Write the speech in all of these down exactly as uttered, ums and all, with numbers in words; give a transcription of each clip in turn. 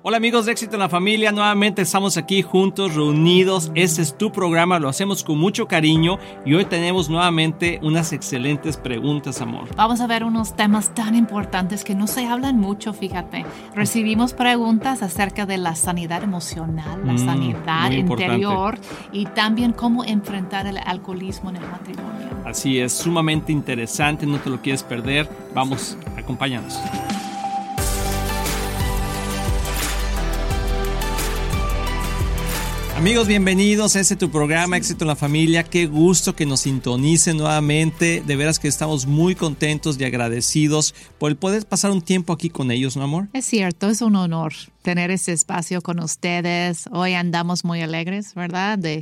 Hola amigos de Éxito en la Familia, nuevamente estamos aquí juntos, reunidos. Este es tu programa, lo hacemos con mucho cariño y hoy tenemos nuevamente unas excelentes preguntas, amor. Vamos a ver unos temas tan importantes que no se hablan mucho, fíjate. Recibimos preguntas acerca de la sanidad emocional, la mm, sanidad interior y también cómo enfrentar el alcoholismo en el matrimonio. Así es, sumamente interesante, no te lo quieres perder. Vamos, acompáñanos. Amigos, bienvenidos a este tu programa, Éxito en la Familia. Qué gusto que nos sintonicen nuevamente. De veras que estamos muy contentos y agradecidos por el poder pasar un tiempo aquí con ellos, ¿no, amor? Es cierto, es un honor tener este espacio con ustedes. Hoy andamos muy alegres, ¿verdad? De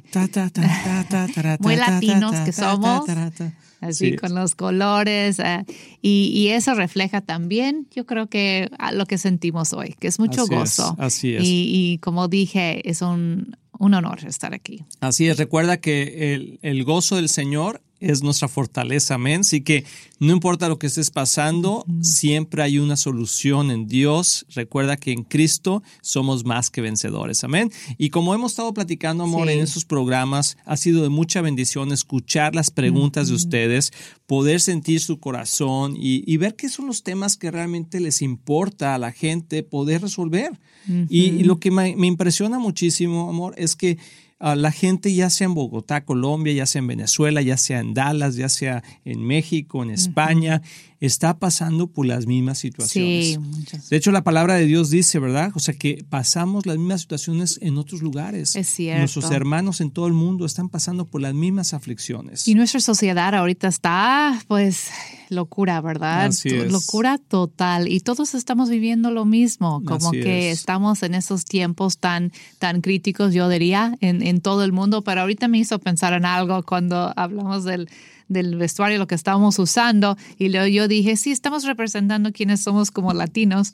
muy latinos que somos. Así sí. Con los colores uh, y, y eso refleja también, yo creo que lo que sentimos hoy, que es mucho así gozo. Es, así es. Y, y como dije, es un, un honor estar aquí. Así es, recuerda que el, el gozo del Señor es nuestra fortaleza, amén. Así que no importa lo que estés pasando, uh-huh. siempre hay una solución en Dios. Recuerda que en Cristo somos más que vencedores, amén. Y como hemos estado platicando, amor, sí. en esos programas, ha sido de mucha bendición escuchar las preguntas uh-huh. de ustedes, poder sentir su corazón y, y ver qué son los temas que realmente les importa a la gente poder resolver. Uh-huh. Y, y lo que me, me impresiona muchísimo, amor, es que Uh, la gente, ya sea en Bogotá, Colombia, ya sea en Venezuela, ya sea en Dallas, ya sea en México, en España, uh-huh. está pasando por las mismas situaciones. Sí, muchas. De hecho, la palabra de Dios dice, ¿verdad? O sea, que pasamos las mismas situaciones en otros lugares. Es cierto. Nuestros hermanos en todo el mundo están pasando por las mismas aflicciones. Y nuestra sociedad ahorita está, pues, locura, ¿verdad? Así es. Locura total. Y todos estamos viviendo lo mismo, como Así que es. Estamos en esos tiempos tan, tan críticos, yo diría, en, en todo el mundo. Pero ahorita me hizo pensar en algo cuando hablamos del, del vestuario, lo que estábamos usando. Y luego yo dije, sí, estamos representando quiénes somos como latinos.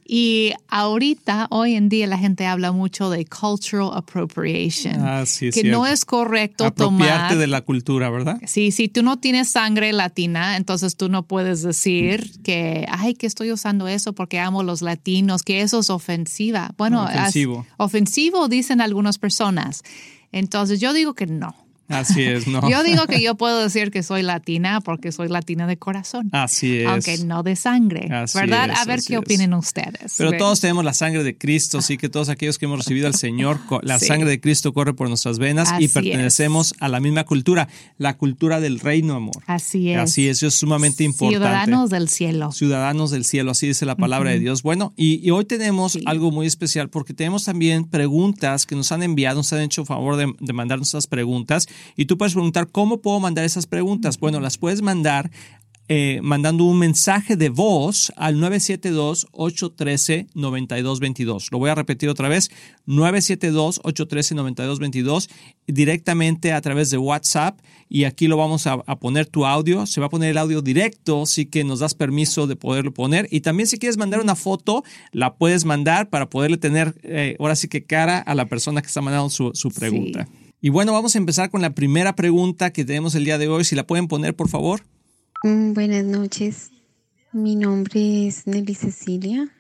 Y ahorita, hoy en día, la gente habla mucho de cultural appropriation. Ah, sí, que cierto. no es correcto Apropiarte tomar... de la cultura, ¿verdad? Sí, si tú no tienes sangre latina, entonces tú no puedes decir que, ay, que estoy usando eso porque amo los latinos, que eso es ofensiva. Bueno, ofensivo. Es ofensivo, dicen algunas personas. Entonces yo digo que no. Así es, no. Yo digo que yo puedo decir que soy latina porque soy latina de corazón. Así es. Aunque no de sangre, así ¿verdad? Es, a ver qué es. opinan ustedes. Pero ¿Ven? Todos tenemos la sangre de Cristo, así que todos aquellos que hemos recibido al Señor, la sí. sangre de Cristo corre por nuestras venas así y pertenecemos es. a la misma cultura, la cultura del reino, amor. Así es. Así es, eso es sumamente importante. Ciudadanos del cielo. Ciudadanos del cielo, así dice la palabra uh-huh. de Dios. Bueno, y, y hoy tenemos sí. algo muy especial porque tenemos también preguntas que nos han enviado, nos han hecho favor de, de mandarnos esas preguntas y tú puedes preguntar, ¿cómo puedo mandar esas preguntas? Bueno, las puedes mandar eh, mandando un mensaje de voz al nueve siete dos, ocho uno tres, nueve dos dos dos. Lo voy a repetir otra vez, nueve siete dos, ocho uno tres, nueve dos dos dos, directamente a través de WhatsApp y aquí lo vamos a, a poner tu audio. Se va a poner el audio directo, así que nos das permiso de poderlo poner. Y también si quieres mandar una foto, la puedes mandar para poderle tener, eh, ahora sí que cara a la persona que está mandando su, su pregunta. Sí. Y bueno, vamos a empezar con la primera pregunta que tenemos el día de hoy. Si la pueden poner, por favor. Mm, buenas noches. Mi nombre es Nelly Cecilia.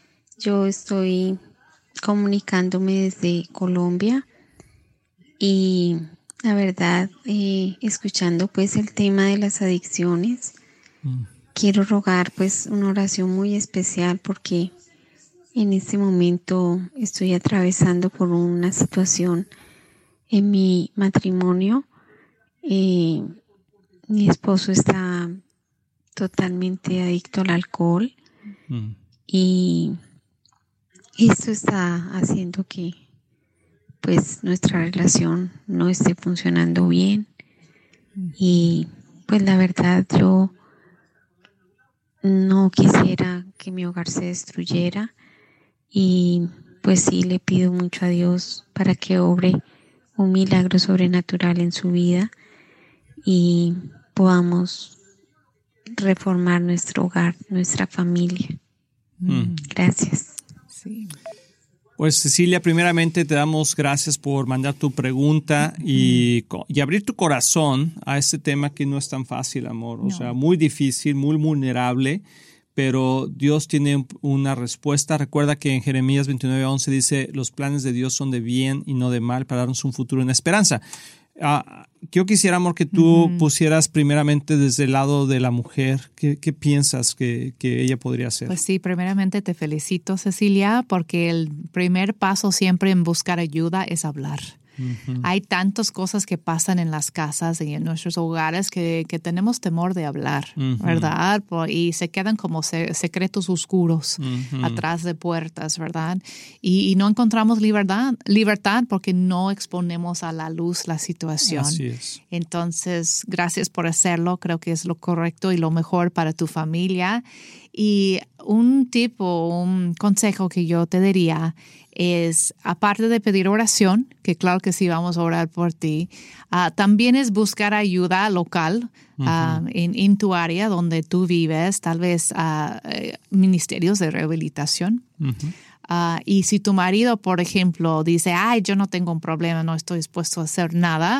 Yo estoy comunicándome desde Colombia y la verdad, eh, escuchando pues el tema de las adicciones, mm. quiero rogar pues una oración muy especial porque en este momento estoy atravesando por una situación en mi matrimonio. Eh, mi esposo está totalmente adicto al alcohol mm. y esto está haciendo que pues nuestra relación no esté funcionando bien mm. y pues la verdad yo no quisiera que mi hogar se destruyera y pues sí le pido mucho a Dios para que obre un milagro sobrenatural en su vida y podamos reformar nuestro hogar, nuestra familia. Mm. Gracias. Sí. Pues Cecilia, primeramente te damos gracias por mandar tu pregunta mm. y, y abrir tu corazón a este tema que no es tan fácil, amor. O no. sea, muy difícil, muy vulnerable, pero Dios tiene una respuesta. Recuerda que en Jeremías veintinueve once dice, los planes de Dios son de bien y no de mal para darnos un futuro y una esperanza. Uh, yo quisiera, amor, que tú uh-huh. pusieras primeramente desde el lado de la mujer. ¿Qué, qué piensas que, que ella podría hacer? Pues sí, primeramente te felicito, Cecilia, porque el primer paso siempre en buscar ayuda es hablar. Uh-huh. Hay tantas cosas que pasan en las casas y en nuestros hogares que, que tenemos temor de hablar, uh-huh. ¿verdad? Y se quedan como se, secretos oscuros uh-huh. atrás de puertas, ¿verdad? Y, y no encontramos libertad, libertad porque no exponemos a la luz la situación. Así es. Entonces, gracias por hacerlo. Creo que es lo correcto y lo mejor para tu familia. Y un tip o un consejo que yo te diría es, aparte de pedir oración, que claro que sí vamos a orar por ti, uh, también es buscar ayuda local uh, uh-huh. en, en tu área donde tú vives, tal vez uh, ministerios de rehabilitación. Uh-huh. Uh, y si tu marido, por ejemplo, dice, ay, yo no tengo un problema, no estoy dispuesto a hacer nada,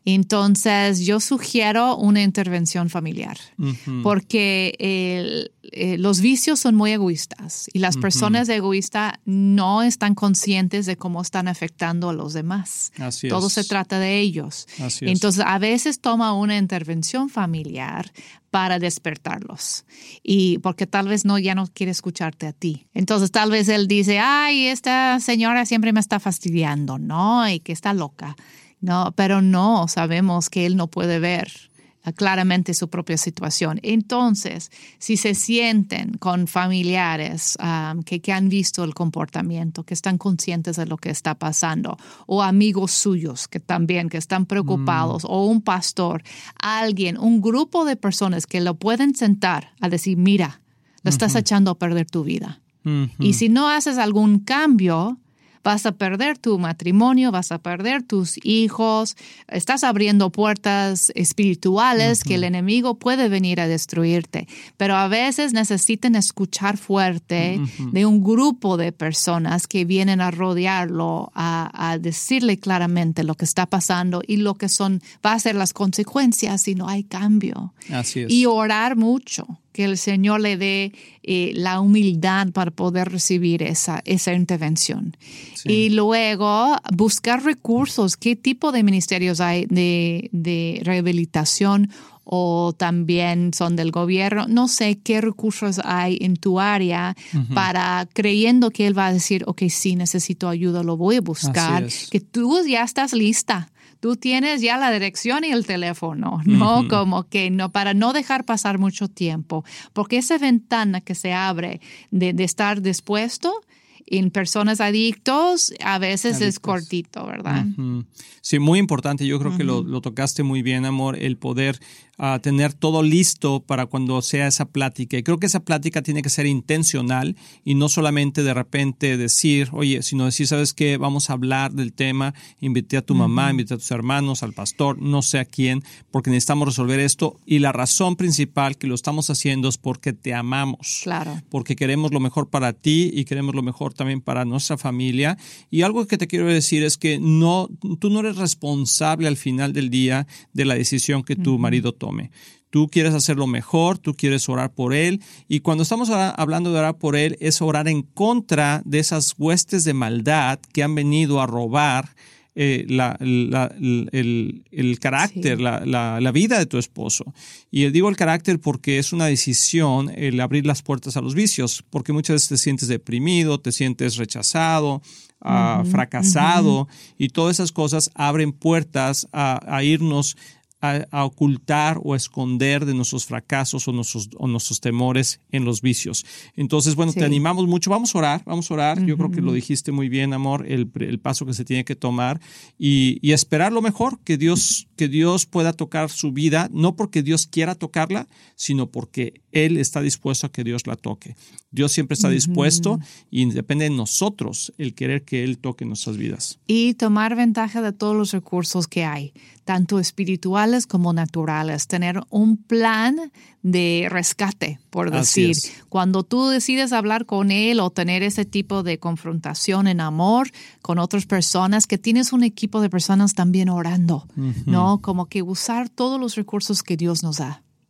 entonces yo sugiero una intervención familiar. Uh-huh. Porque el, eh, los vicios son muy egoístas y las uh-huh. personas egoístas no están conscientes de cómo están afectando a los demás. Así Todo es. se trata de ellos. Así entonces, es. a veces toma una intervención familiar para despertarlos. Y porque tal vez no, ya no quiere escucharte a ti. Entonces tal vez él dice, ay, esta señora siempre me está fastidiando, ¿no? Y que está loca. No, pero no, sabemos que él no puede ver claramente su propia situación. Entonces, si se sienten con familiares um, que, que han visto el comportamiento, que están conscientes de lo que está pasando, o amigos suyos que también, que están preocupados, mm. o un pastor, alguien, un grupo de personas que lo pueden sentar a decir, mira, lo estás uh-huh. echando a perder tu vida. Uh-huh. Y si no haces algún cambio, vas a perder tu matrimonio, vas a perder tus hijos, estás abriendo puertas espirituales uh-huh. que el enemigo puede venir a destruirte. Pero a veces necesitan escuchar fuerte uh-huh. de un grupo de personas que vienen a rodearlo, a, a decirle claramente lo que está pasando y lo que son, va a ser las consecuencias si no hay cambio. Así es. Y orar mucho, que el Señor le dé eh, la humildad para poder recibir esa, esa intervención. Sí. Y luego buscar recursos. ¿Qué tipo de ministerios hay de, de rehabilitación o también son del gobierno? No sé qué recursos hay en tu área uh-huh. para, creyendo que Él va a decir, ok, sí, necesito ayuda, lo voy a buscar. Que tú ya estás lista. Tú tienes ya la dirección y el teléfono, ¿no? Uh-huh. Como que no, para no dejar pasar mucho tiempo. Porque esa ventana que se abre de, de estar dispuesto en personas adictos, a veces adictos. Es cortito, ¿verdad? Uh-huh. Sí, muy importante. Yo creo uh-huh. que lo, lo tocaste muy bien, amor, el poder uh, tener todo listo para cuando sea esa plática. Y creo que esa plática tiene que ser intencional y no solamente de repente decir, oye, sino decir, ¿sabes qué? Vamos a hablar del tema. Invité a tu uh-huh. mamá, invité a tus hermanos, al pastor, no sé a quién, porque necesitamos resolver esto. Y la razón principal que lo estamos haciendo es porque te amamos. Claro. Porque queremos lo mejor para ti y queremos lo mejor también para nuestra familia. Y algo que te quiero decir es que no, tú no eres responsable al final del día de la decisión que tu uh-huh. marido tome. Tú quieres hacerlo mejor, tú quieres orar por él. Y cuando estamos hablando de orar por él, es orar en contra de esas huestes de maldad que han venido a robar Eh, la, la, el, el carácter, sí. la, la, la vida de tu esposo. Y digo el carácter porque es una decisión el abrir las puertas a los vicios, porque muchas veces te sientes deprimido, te sientes rechazado, uh-huh, uh, fracasado, uh-huh. y todas esas cosas abren puertas a, a irnos A, a ocultar o a esconder de nuestros fracasos o nuestros, o nuestros temores en los vicios. Entonces, bueno, sí. te animamos mucho. Vamos a orar, vamos a orar. Uh-huh. Yo creo que lo dijiste muy bien, amor, el, el paso que se tiene que tomar y, y esperar lo mejor, que Dios, que Dios pueda tocar su vida, no porque Dios quiera tocarla, sino porque Él está dispuesto a que Dios la toque. Dios siempre está uh-huh. dispuesto y depende de nosotros el querer que Él toque nuestras vidas. Y tomar ventaja de todos los recursos que hay, tanto espirituales como naturales. Tener un plan de rescate, por decir. Cuando tú decides hablar con Él o tener ese tipo de confrontación en amor con otras personas, que tienes un equipo de personas también orando, uh-huh. ¿no? Como que usar todos los recursos que Dios nos da.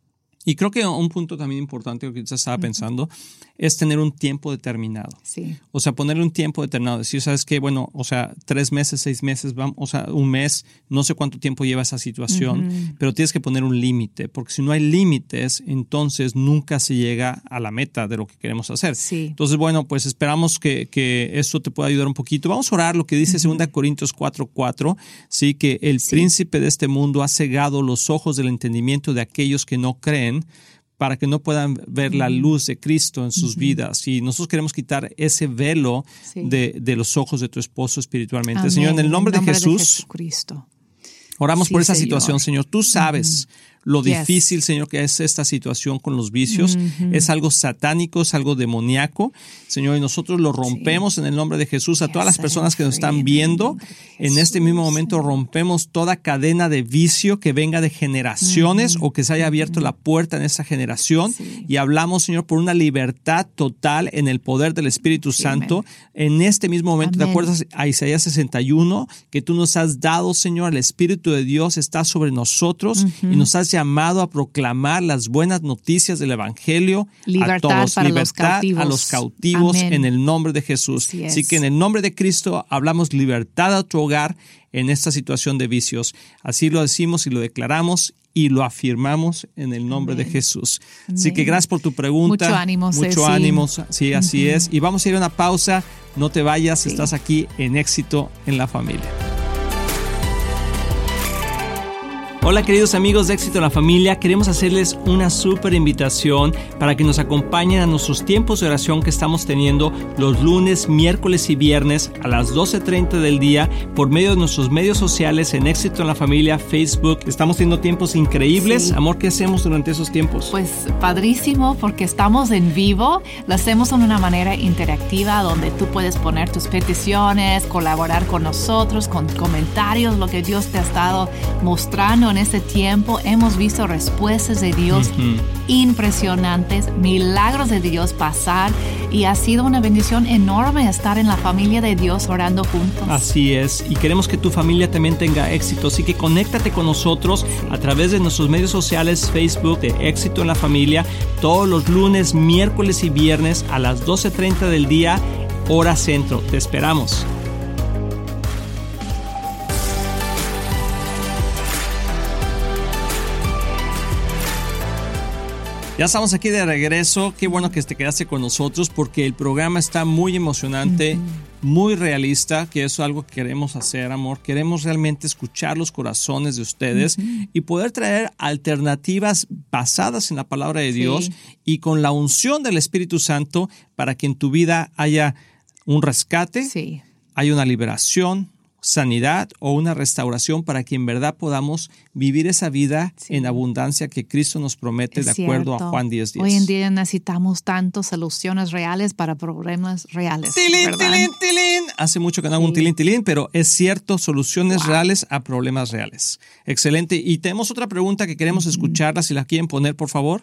Y creo que un punto también importante que yo estaba uh-huh. pensando es tener un tiempo determinado. Sí. O sea, ponerle un tiempo determinado. Decir, ¿sabes qué? Bueno, o sea, tres meses, seis meses, vamos, o sea, un mes, no sé cuánto tiempo lleva esa situación, uh-huh. pero tienes que poner un límite, porque si no hay límites, entonces nunca se llega a la meta de lo que queremos hacer. Sí. Entonces, bueno, pues esperamos que, que esto te pueda ayudar un poquito. Vamos a orar lo que dice uh-huh. segunda Corintios cuatro cuatro, ¿sí? Que el sí. príncipe de este mundo ha cegado los ojos del entendimiento de aquellos que no creen, para que no puedan ver la luz de Cristo en sus uh-huh. vidas. Y nosotros queremos quitar ese velo sí. de, de los ojos de tu esposo espiritualmente. Amén. Señor, en el nombre, en el nombre de Jesús, de Jesucristo. Oramos sí, por esa Señor. situación, Señor. Tú sabes uh-huh. lo yes. difícil, Señor, que es esta situación con los vicios. Uh-huh. Es algo satánico, es algo demoníaco. Señor, y nosotros lo rompemos sí. en el nombre de Jesús. A yes, todas las personas que nos están viendo, en, en este mismo momento rompemos toda cadena de vicio que venga de generaciones uh-huh. o que se haya abierto uh-huh. la puerta en esa generación. Sí. Y hablamos, Señor, por una libertad total en el poder del Espíritu sí, Santo. Amén. En este mismo momento, Amén. ¿Te acuerdas a Isaías sesenta y uno? Que tú nos has dado, Señor, el Espíritu de Dios está sobre nosotros uh-huh. y nos has llamado a proclamar las buenas noticias del Evangelio libertad a todos. Para libertad los cautivos. a los cautivos Amén. En el nombre de Jesús. Así, Así que en el nombre de Cristo hablamos libertad a tu hogar en esta situación de vicios. Así lo decimos y lo declaramos y lo afirmamos en el nombre Amén. De Jesús. Amén. Así que gracias por tu pregunta. Mucho ánimo. Mucho Ceci. ánimo. Sí, así uh-huh. es. Y vamos a ir a una pausa. No te vayas. Sí. Estás aquí en Éxito en la Familia. Hola queridos amigos de Éxito en la Familia, queremos hacerles una súper invitación para que nos acompañen a nuestros tiempos de oración que estamos teniendo los lunes, miércoles y viernes a las doce treinta del día por medio de nuestros medios sociales en Éxito en la Familia, Facebook. Estamos teniendo tiempos increíbles. Sí. Amor, ¿qué hacemos durante esos tiempos? Pues padrísimo, porque estamos en vivo, lo hacemos de una manera interactiva donde tú puedes poner tus peticiones, colaborar con nosotros, con comentarios, lo que Dios te ha estado mostrando en este tiempo. Hemos visto respuestas de Dios uh-huh. impresionantes, milagros de Dios pasar y ha sido una bendición enorme estar en la familia de Dios orando juntos. Así es, y queremos que tu familia también tenga éxito, así que conéctate con nosotros sí. a través de nuestros medios sociales, Facebook de Éxito en la Familia, todos los lunes, miércoles y viernes a las doce treinta del día, hora centro. Te esperamos. Ya estamos aquí de regreso. Qué bueno que te quedaste con nosotros porque el programa está muy emocionante, uh-huh. muy realista, que eso es algo que queremos hacer, amor. Queremos realmente escuchar los corazones de ustedes uh-huh. y poder traer alternativas basadas en la palabra de Dios sí. y con la unción del Espíritu Santo para que en tu vida haya un rescate, sí. haya una liberación, sanidad o una restauración para que en verdad podamos vivir esa vida sí. en abundancia que Cristo nos promete es de acuerdo cierto. A Juan diez diez. Hoy en día necesitamos tantas soluciones reales para problemas reales. Tilín, tilín, tilín. Hace mucho que no hago sí. un tilín, tilín, pero es cierto, soluciones wow. reales a problemas reales. Excelente. Y tenemos otra pregunta que queremos mm-hmm. escucharla, si la quieren poner, por favor.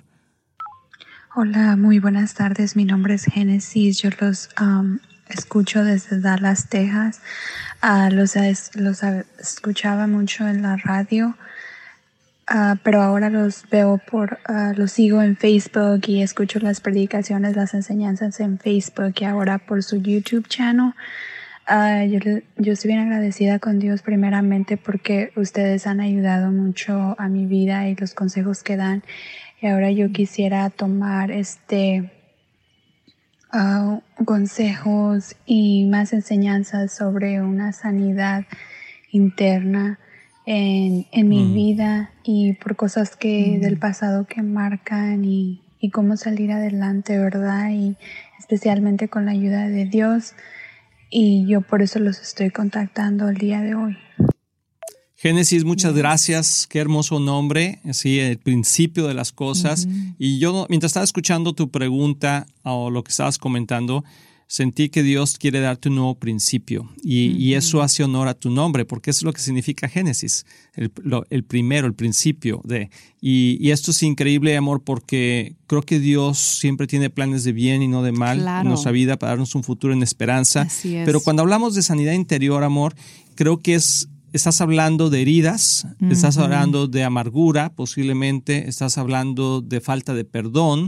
Hola, muy buenas tardes. Mi nombre es Génesis. Yo los um, escucho desde Dallas, Texas. Uh, los, los escuchaba mucho en la radio, uh, pero ahora los veo por, uh, los sigo en Facebook y escucho las predicaciones, las enseñanzas en Facebook y ahora por su YouTube channel. Uh, yo, yo estoy bien agradecida con Dios primeramente porque ustedes han ayudado mucho a mi vida y los consejos que dan. Y ahora yo quisiera tomar este... Uh, consejos y más enseñanzas sobre una sanidad interna en, en mi mm. vida y por cosas que mm. del pasado que marcan y, y cómo salir adelante, ¿verdad? Y especialmente con la ayuda de Dios. Y yo por eso los estoy contactando el día de hoy. Génesis, muchas gracias. Qué hermoso nombre, sí, el principio de las cosas. Uh-huh. Y yo, mientras estaba escuchando tu pregunta o lo que estabas comentando, sentí que Dios quiere darte un nuevo principio. Y, uh-huh. y eso hace honor a tu nombre, porque eso es lo que significa Génesis, el, lo, el primero, el principio de. Y, y esto es increíble, amor, porque creo que Dios siempre tiene planes de bien y no de mal claro. en nuestra vida para darnos un futuro en esperanza. Así es. Pero cuando hablamos de sanidad interior, amor, creo que es estás hablando de heridas, uh-huh. estás hablando de amargura, posiblemente estás hablando de falta de perdón.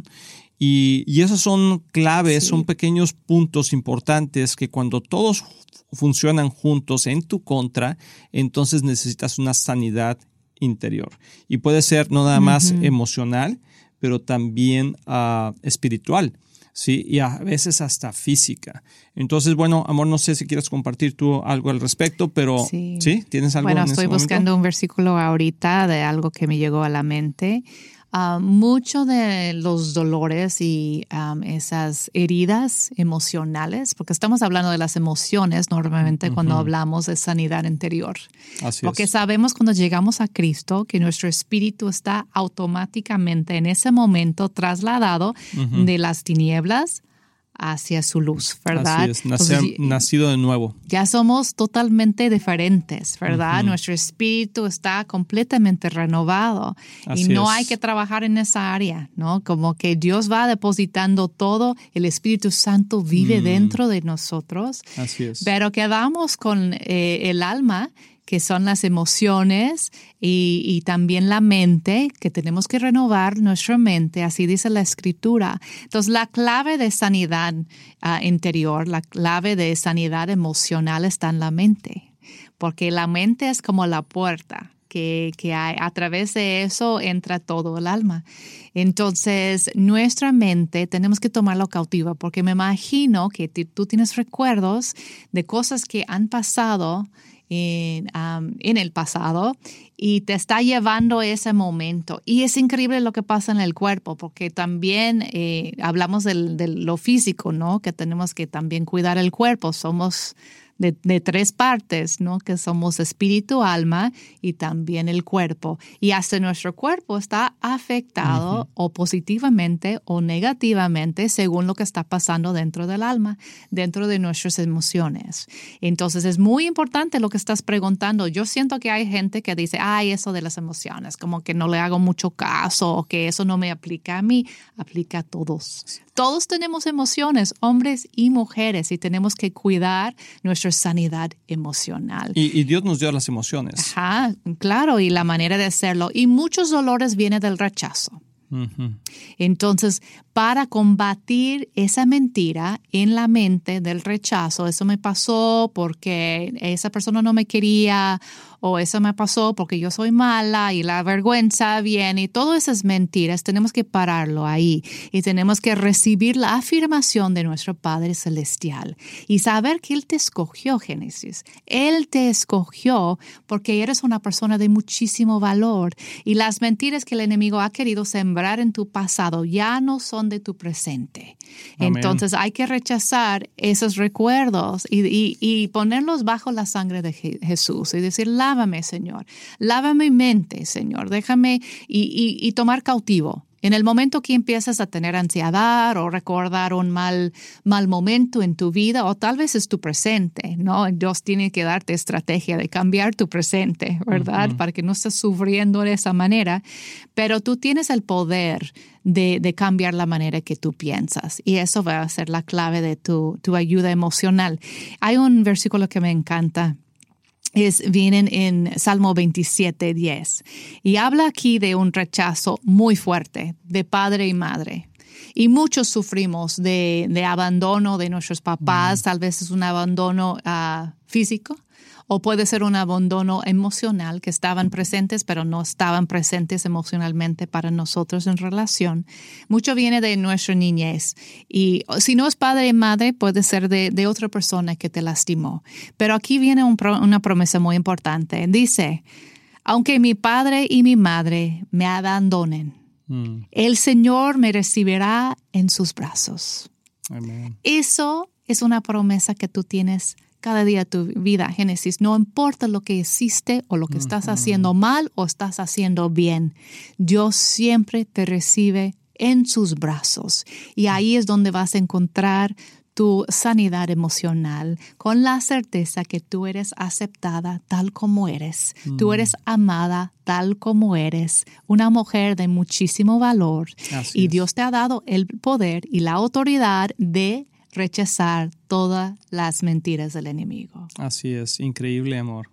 Y, y esos son claves, sí. son pequeños puntos importantes que cuando todos funcionan juntos en tu contra, entonces necesitas una sanidad interior. Y puede ser no nada más uh-huh. emocional, pero también uh, espiritual, ¿sí? Y a veces hasta física. Entonces, bueno, amor, no sé si quieres compartir tú algo al respecto, pero ¿sí? ¿sí? ¿Tienes algo bueno, en estoy este buscando momento? Un versículo ahorita de algo que me llegó a la mente. Uh, mucho de los dolores y um, esas heridas emocionales, porque estamos hablando de las emociones normalmente uh-huh. cuando hablamos de sanidad interior. Así porque es. sabemos cuando llegamos a Cristo que nuestro espíritu está automáticamente en ese momento trasladado uh-huh. de las tinieblas hacia su luz, ¿verdad? Así es, nacer, Entonces, nacido de nuevo. Ya somos totalmente diferentes, ¿verdad? Uh-huh. Nuestro espíritu está completamente renovado. Así y no es. hay que trabajar en esa área, ¿no? Como que Dios va depositando todo, el Espíritu Santo vive mm. dentro de nosotros. Así es. Pero quedamos con eh, el alma, que son las emociones y, y también la mente, que tenemos que renovar nuestra mente, así dice la Escritura. Entonces, la clave de sanidad uh, interior, la clave de sanidad emocional está en la mente, porque la mente es como la puerta, que, que hay, a través de eso entra todo el alma. Entonces, nuestra mente tenemos que tomarla cautiva, porque me imagino que t- tú tienes recuerdos de cosas que han pasado En, um, en el pasado y te está llevando ese momento. Y es increíble lo que pasa en el cuerpo, porque también eh, hablamos del, de lo físico, ¿no? Que tenemos que también cuidar el cuerpo. Somos de, de tres partes, ¿no? Que somos espíritu, alma y también el cuerpo. Y hasta nuestro cuerpo está afectado uh-huh. o positivamente o negativamente según lo que está pasando dentro del alma, dentro de nuestras emociones. Entonces es muy importante lo que estás preguntando. Yo siento que hay gente que dice, ay, eso de las emociones, como que no le hago mucho caso o que eso no me aplica a mí. Aplica a todos. Todos tenemos emociones, hombres y mujeres, y tenemos que cuidar nuestra sanidad emocional. Y, y Dios nos dio las emociones. Ajá, claro, y la manera de hacerlo. Y muchos dolores vienen del rechazo. Uh-huh. Entonces, para combatir esa mentira en la mente del rechazo, eso me pasó porque esa persona no me quería, o eso me pasó porque yo soy mala y la vergüenza viene, y todas esas mentiras, tenemos que pararlo ahí y tenemos que recibir la afirmación de nuestro Padre Celestial y saber que Él te escogió, Génesis. Él te escogió porque eres una persona de muchísimo valor, y las mentiras que el enemigo ha querido sembrar en tu pasado ya no son de tu presente. Amén. Entonces hay que rechazar esos recuerdos y, y, y ponerlos bajo la sangre de Je- Jesús y decir, lávame, Señor, lávame mi mente, Señor, déjame y, y, y tomar cautivo. En el momento que empiezas a tener ansiedad o recordar un mal, mal momento en tu vida, o tal vez es tu presente, ¿no? Dios tiene que darte estrategia de cambiar tu presente, ¿verdad? Uh-huh. Para que no estés sufriendo de esa manera. Pero tú tienes el poder de, de cambiar la manera que tú piensas. Y eso va a ser la clave de tu, tu ayuda emocional. Hay un versículo que me encanta. Es, vienen en Salmo veintisiete, diez. Y habla aquí de un rechazo muy fuerte de padre y madre. Y muchos sufrimos de, de abandono de nuestros papás. Mm. Tal vez es un abandono uh, físico, o puede ser un abandono emocional, que estaban presentes, pero no estaban presentes emocionalmente para nosotros en relación. Mucho viene de nuestra niñez. Y si no es padre y madre, puede ser de, de otra persona que te lastimó. Pero aquí viene un pro, una promesa muy importante. Dice, aunque mi padre y mi madre me abandonen, mm. el Señor me recibirá en sus brazos. Amén. Eso es una promesa que tú tienes cada día de tu vida, Génesis. No importa lo que hiciste o lo que uh-huh. estás haciendo mal o estás haciendo bien, Dios siempre te recibe en sus brazos. Y ahí es donde vas a encontrar tu sanidad emocional, con la certeza que tú eres aceptada tal como eres. Uh-huh. Tú eres amada tal como eres, una mujer de muchísimo valor. Así y es. Dios te ha dado el poder y la autoridad de rechazar todas las mentiras del enemigo. Así es, increíble, amor.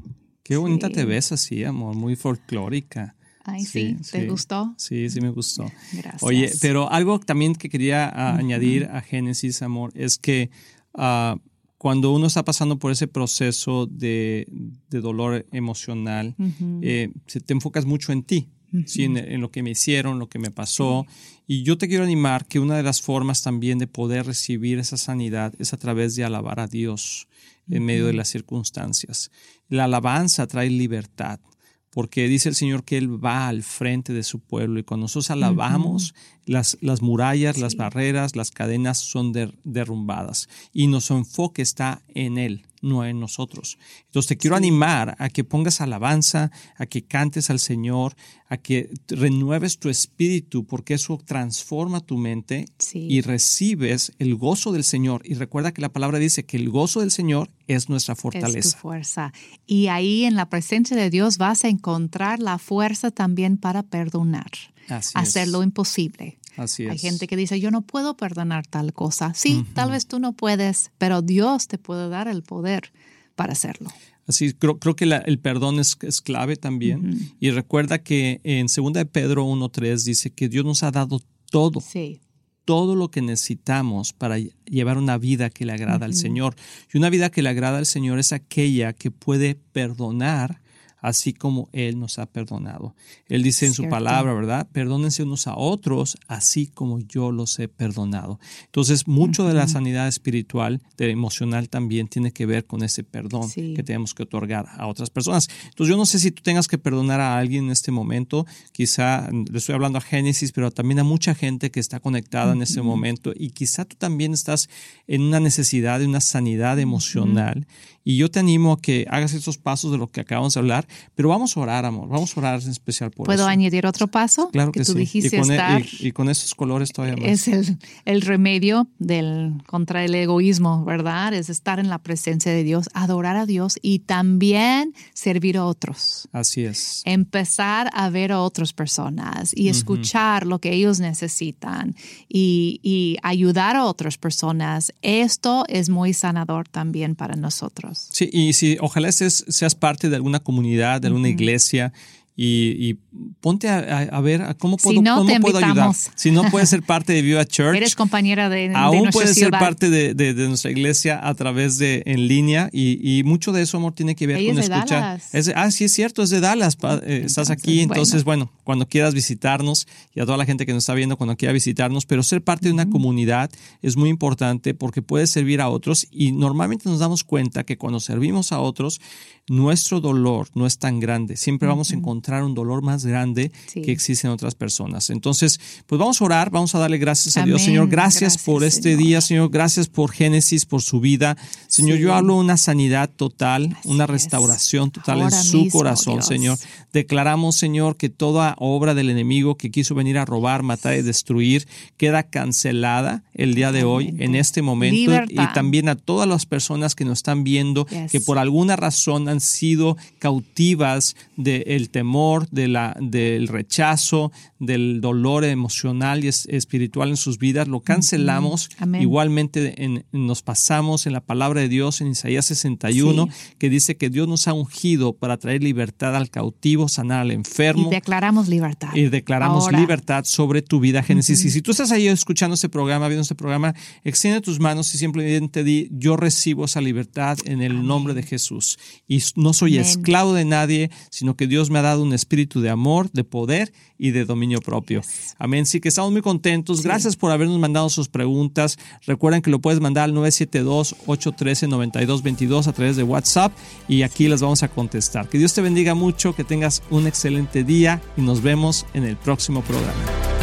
Qué bonita Sí. te ves así, amor, muy folclórica. Ay, sí, ¿te sí. gustó? Sí, sí me gustó. Gracias. Oye, pero algo también que quería uh, Uh-huh. añadir a Génesis, amor, es que uh, cuando uno está pasando por ese proceso de, de dolor emocional, Uh-huh. eh, se te enfocas mucho en ti, Uh-huh. ¿sí? en, en lo que me hicieron, lo que me pasó. Sí. Y yo te quiero animar que una de las formas también de poder recibir esa sanidad es a través de alabar a Dios en uh-huh. medio de las circunstancias. La alabanza trae libertad, porque dice el Señor que Él va al frente de su pueblo y cuando nosotros alabamos, uh-huh. las, las murallas, sí. las barreras, las cadenas son der, derrumbadas y nuestro enfoque está en Él, no en nosotros. Entonces te quiero sí. animar a que pongas alabanza, a que cantes al Señor, a que renueves tu espíritu, porque eso transforma tu mente sí. y recibes el gozo del Señor. Y recuerda que la palabra dice que el gozo del Señor es nuestra fortaleza. Es tu fuerza. Y ahí en la presencia de Dios vas a encontrar la fuerza también para perdonar. Así hacer es. lo imposible. Así es. Hay gente que dice, yo no puedo perdonar tal cosa. Sí, uh-huh. tal vez tú no puedes, pero Dios te puede dar el poder para hacerlo. Así, creo, creo que la, el perdón es, es clave también. Uh-huh. Y recuerda que en segunda de Pedro uno tres dice que Dios nos ha dado todo. Sí. Todo lo que necesitamos para llevar una vida que le agrada uh-huh. al Señor. Y una vida que le agrada al Señor es aquella que puede perdonar así como Él nos ha perdonado. Él dice en Cierto. Su palabra, ¿verdad? Perdónense unos a otros, así como yo los he perdonado. Entonces, mucho uh-huh. de la sanidad espiritual, de emocional también, tiene que ver con ese perdón sí. que tenemos que otorgar a otras personas. Entonces, yo no sé si tú tengas que perdonar a alguien en este momento. Quizá, le estoy hablando a Génesis, pero también a mucha gente que está conectada uh-huh. en ese momento. Y quizá tú también estás en una necesidad de una sanidad emocional. Uh-huh. Y yo te animo a que hagas esos pasos de lo que acabamos de hablar, pero vamos a orar, amor, vamos a orar en especial por ¿Puedo eso. ¿Puedo añadir otro paso? Claro que, que tú sí. dijiste y, con estar, e, y, y con esos colores todavía más. Es el, el remedio del, contra el egoísmo, ¿verdad? Es estar en la presencia de Dios, adorar a Dios y también servir a otros. Así es. Empezar a ver a otras personas y escuchar uh-huh. lo que ellos necesitan y, y ayudar a otras personas. Esto es muy sanador también para nosotros. Sí, y si ojalá seas, seas parte de alguna comunidad, de alguna uh-huh. iglesia y, y ponte a, a, a ver a cómo puedo, si no, cómo puedo ayudar. Si no puedes ser parte de Viva Church. Eres compañera de, de aún nuestra puedes ciudad. ser parte de, de, de nuestra iglesia a través de en línea y, y mucho de eso, amor, tiene que ver Ella con es de escuchar. Dallas. Es de, ah, sí, es cierto, es de Dallas. Pa, eh, entonces, estás aquí, entonces, bueno. bueno, cuando quieras visitarnos y a toda la gente que nos está viendo cuando quiera visitarnos, pero ser parte uh-huh. de una comunidad es muy importante porque puedes servir a otros y normalmente nos damos cuenta que cuando servimos a otros, nuestro dolor no es tan grande. Siempre uh-huh. vamos a encontrar un dolor más grande sí. que existe en otras personas. Entonces, pues vamos a orar, vamos a darle gracias Amén. a Dios. Señor, gracias, gracias por este Señor. día, Señor. Gracias por Génesis, por su vida. Señor, sí. yo hablo una sanidad total, Así una restauración total Ahora en su mismo, corazón, Dios. Señor. Declaramos, Señor, que toda obra del enemigo que quiso venir a robar, matar y destruir queda cancelada el día de hoy, en este momento. Libertad. Y también a todas las personas que nos están viendo, yes. que por alguna razón han sido cautivas del temor, de la, del rechazo, del dolor emocional y es, espiritual en sus vidas. Lo cancelamos. Mm-hmm. Igualmente en, nos pasamos en la palabra de Dios en Isaías sesenta y uno, sí. que dice que Dios nos ha ungido para traer libertad al cautivo, sanar al enfermo. Y declaramos libertad. Y declaramos Ahora. libertad sobre tu vida, Génesis. Mm-hmm. Y si tú estás ahí escuchando este programa, viendo este programa, extiende tus manos y simplemente di, yo recibo esa libertad en el Amén. Nombre de Jesús. Y no soy Amén. Esclavo de nadie, sino que Dios me ha dado un espíritu de amor, de poder y de dominio propio. Yes. Amén. Sí que estamos muy contentos. Sí. Gracias por habernos mandado sus preguntas. Recuerden que lo puedes mandar al nueve siete dos, ocho uno tres, nueve dos dos dos a través de WhatsApp y aquí las vamos a contestar. Que Dios te bendiga mucho, que tengas un excelente día y nos vemos en el próximo programa.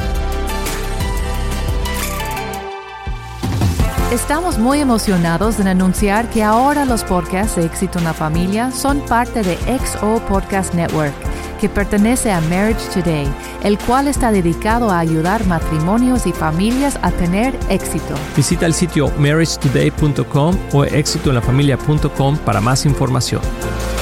Estamos muy emocionados en anunciar que ahora los podcasts de Éxito en la Familia son parte de X O Podcast Network, que pertenece a Marriage Today, el cual está dedicado a ayudar matrimonios y familias a tener éxito. Visita el sitio marriage today punto com o éxito en la familia punto com para más información.